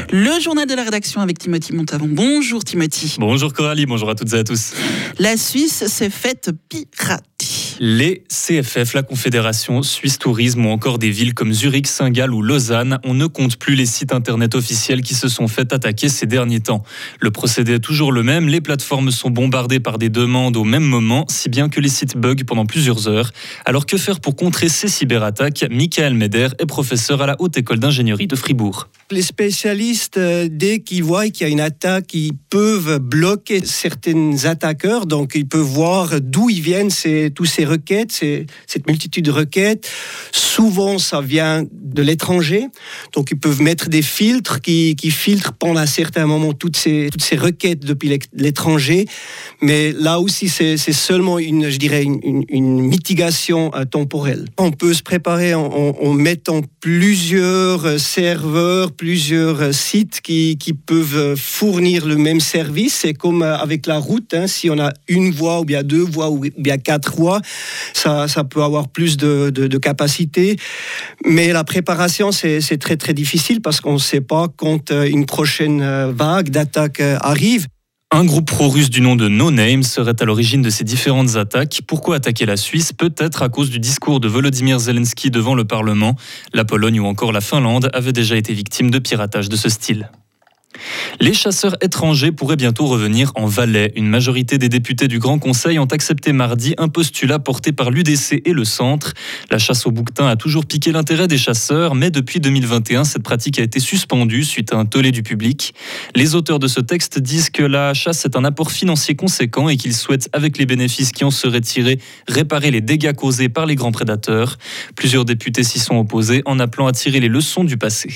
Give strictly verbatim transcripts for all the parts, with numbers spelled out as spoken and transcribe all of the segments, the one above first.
Le journal de la rédaction avec Timothy Montavon. Bonjour Timothy. Bonjour Coralie, bonjour à toutes et à tous. La Suisse s'est faite pirater. Les C F F, la Confédération Suisse Tourisme ou encore des villes comme Zurich, Saint-Gall ou Lausanne, on ne compte plus les sites internet officiels qui se sont fait attaquer ces derniers temps. Le procédé est toujours le même, les plateformes sont bombardées par des demandes au même moment, si bien que les sites bug pendant plusieurs heures. Alors que faire pour contrer ces cyberattaques? Michael Meder est professeur à la Haute École d'Ingénierie de Fribourg. Les spécialistes, dès qu'ils voient qu'il y a une attaque, ils peuvent bloquer certains attaqueurs, donc ils peuvent voir d'où ils viennent ces, tous ces requêtes, ces, cette multitude de requêtes. Souvent, ça vient de l'étranger, donc ils peuvent mettre des filtres qui, qui filtrent pendant un certain moment toutes ces, toutes ces requêtes depuis l'étranger. Mais là aussi, c'est, c'est seulement une, je dirais, une, une, une mitigation euh, temporelle. On peut se préparer en, en, en mettant plusieurs serveurs, plusieurs sites qui, qui peuvent fournir le même service. C'est comme avec la route, hein, si on a une voie ou bien deux voies ou bien quatre voies, ça, ça peut avoir plus de, de, de capacité. Mais la préparation, c'est, c'est très très difficile parce qu'on ne sait pas quand une prochaine vague d'attaque arrive. Un groupe pro-russe du nom de No Name serait à l'origine de ces différentes attaques. Pourquoi attaquer la Suisse? Peut-être à cause du discours de Volodymyr Zelensky devant le Parlement. La Pologne ou encore la Finlande avaient déjà été victimes de piratage de ce style. Les chasseurs étrangers pourraient bientôt revenir en Valais. Une majorité des députés du Grand Conseil ont accepté mardi un postulat porté par l'U D C et le Centre. La chasse au bouquetin a toujours piqué l'intérêt des chasseurs, mais depuis deux mille vingt et un, cette pratique a été suspendue suite à un tollé du public. Les auteurs de ce texte disent que la chasse est un apport financier conséquent et qu'ils souhaitent, avec les bénéfices qui en seraient tirés, réparer les dégâts causés par les grands prédateurs. Plusieurs députés s'y sont opposés en appelant à tirer les leçons du passé.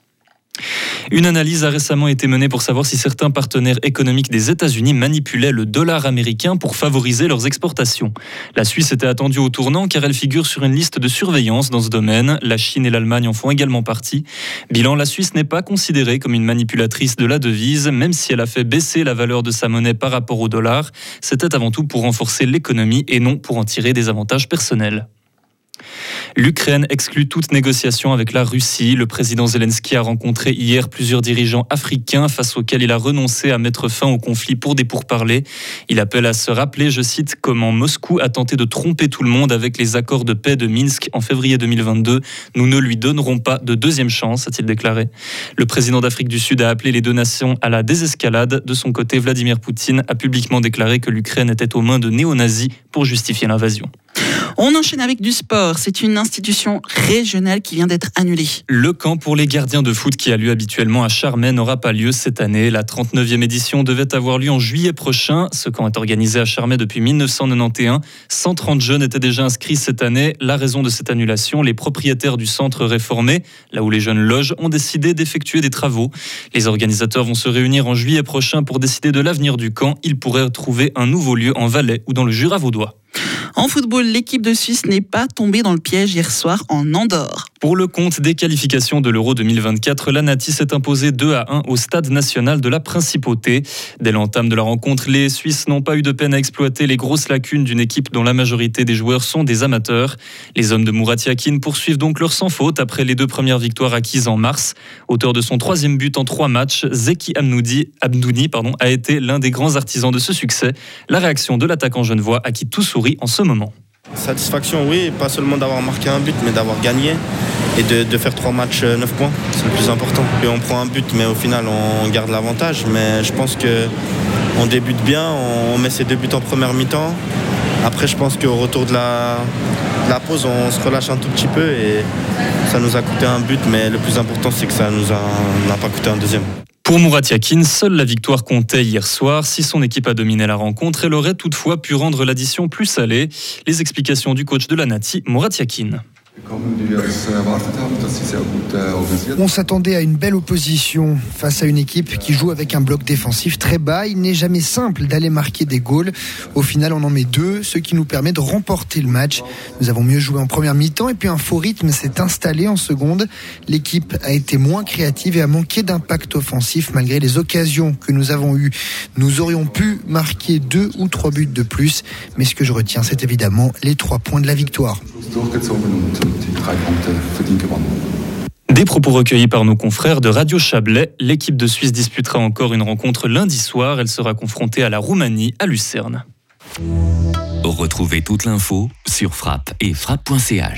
Une analyse a récemment été menée pour savoir si certains partenaires économiques des États-Unis manipulaient le dollar américain pour favoriser leurs exportations. La Suisse était attendue au tournant car elle figure sur une liste de surveillance dans ce domaine. La Chine et l'Allemagne en font également partie. Bilan, la Suisse n'est pas considérée comme une manipulatrice de la devise, même si elle a fait baisser la valeur de sa monnaie par rapport au dollar. C'était avant tout pour renforcer l'économie et non pour en tirer des avantages personnels. L'Ukraine exclut toute négociation avec la Russie. Le président Zelensky a rencontré hier plusieurs dirigeants africains face auxquels il a renoncé à mettre fin au conflit pour des pourparlers. Il appelle à se rappeler, je cite, comment Moscou a tenté de tromper tout le monde avec les accords de paix de Minsk en février deux mille vingt-deux. Nous ne lui donnerons pas de deuxième chance, a-t-il déclaré. Le président d'Afrique du Sud a appelé les deux nations à la désescalade. De son côté, Vladimir Poutine a publiquement déclaré que l'Ukraine était aux mains de néo-nazis pour justifier l'invasion. On enchaîne avec du sport. C'est une institution régionale qui vient d'être annulée. Le camp pour les gardiens de foot qui a lieu habituellement à Charmey n'aura pas lieu cette année. La trente-neuvième édition devait avoir lieu en juillet prochain. Ce camp est organisé à Charmey depuis dix-neuf cent quatre-vingt-onze. cent trente jeunes étaient déjà inscrits cette année. La raison de cette annulation, les propriétaires du centre réformé, là où les jeunes logent, ont décidé d'effectuer des travaux. Les organisateurs vont se réunir en juillet prochain pour décider de l'avenir du camp. Ils pourraient trouver un nouveau lieu en Valais ou dans le Jura vaudois. En football, l'équipe de Suisse n'est pas tombée dans le piège hier soir en Andorre. Pour le compte des qualifications de l'Euro deux mille vingt-quatre, la Nati s'est imposée deux à un au stade national de la Principauté. Dès l'entame de la rencontre, les Suisses n'ont pas eu de peine à exploiter les grosses lacunes d'une équipe dont la majorité des joueurs sont des amateurs. Les hommes de Murat Yakin poursuivent donc leur sans faute après les deux premières victoires acquises en mars. Auteur de son troisième but en trois matchs, Zeki Amnoudi, Abdouni pardon, a été l'un des grands artisans de ce succès. La réaction de l'attaquant genevois à qui tout sourit en ce moment. Satisfaction, oui, pas seulement d'avoir marqué un but, mais d'avoir gagné et de, de faire trois matchs, neuf points, c'est le plus important. Et on prend un but, mais au final, on garde l'avantage. Mais je pense qu'on débute bien, on met ses deux buts en première mi-temps. Après, je pense qu'au retour de la, de la pause, on se relâche un tout petit peu et ça nous a coûté un but, mais le plus important, c'est que ça nous a, n'a pas coûté un deuxième. Pour Murat Yakin, seule la victoire comptait hier soir. Si son équipe a dominé la rencontre, elle aurait toutefois pu rendre l'addition plus salée. Les explications du coach de la Nati, Murat Yakin. On s'attendait à une belle opposition face à une équipe qui joue avec un bloc défensif très bas. Il n'est jamais simple d'aller marquer des goals. Au final, on en met deux, ce qui nous permet de remporter le match. Nous avons mieux joué en première mi-temps et puis un faux rythme s'est installé en seconde. L'équipe a été moins créative et a manqué d'impact offensif malgré les occasions que nous avons eues. Nous aurions pu marquer deux ou trois buts de plus, mais ce que je retiens, c'est évidemment les trois points de la victoire. Des propos recueillis par nos confrères de Radio Chablais. L'équipe de Suisse disputera encore une rencontre lundi soir. Elle sera confrontée à la Roumanie à Lucerne. Retrouvez toute l'info sur frappe et frappe point c h.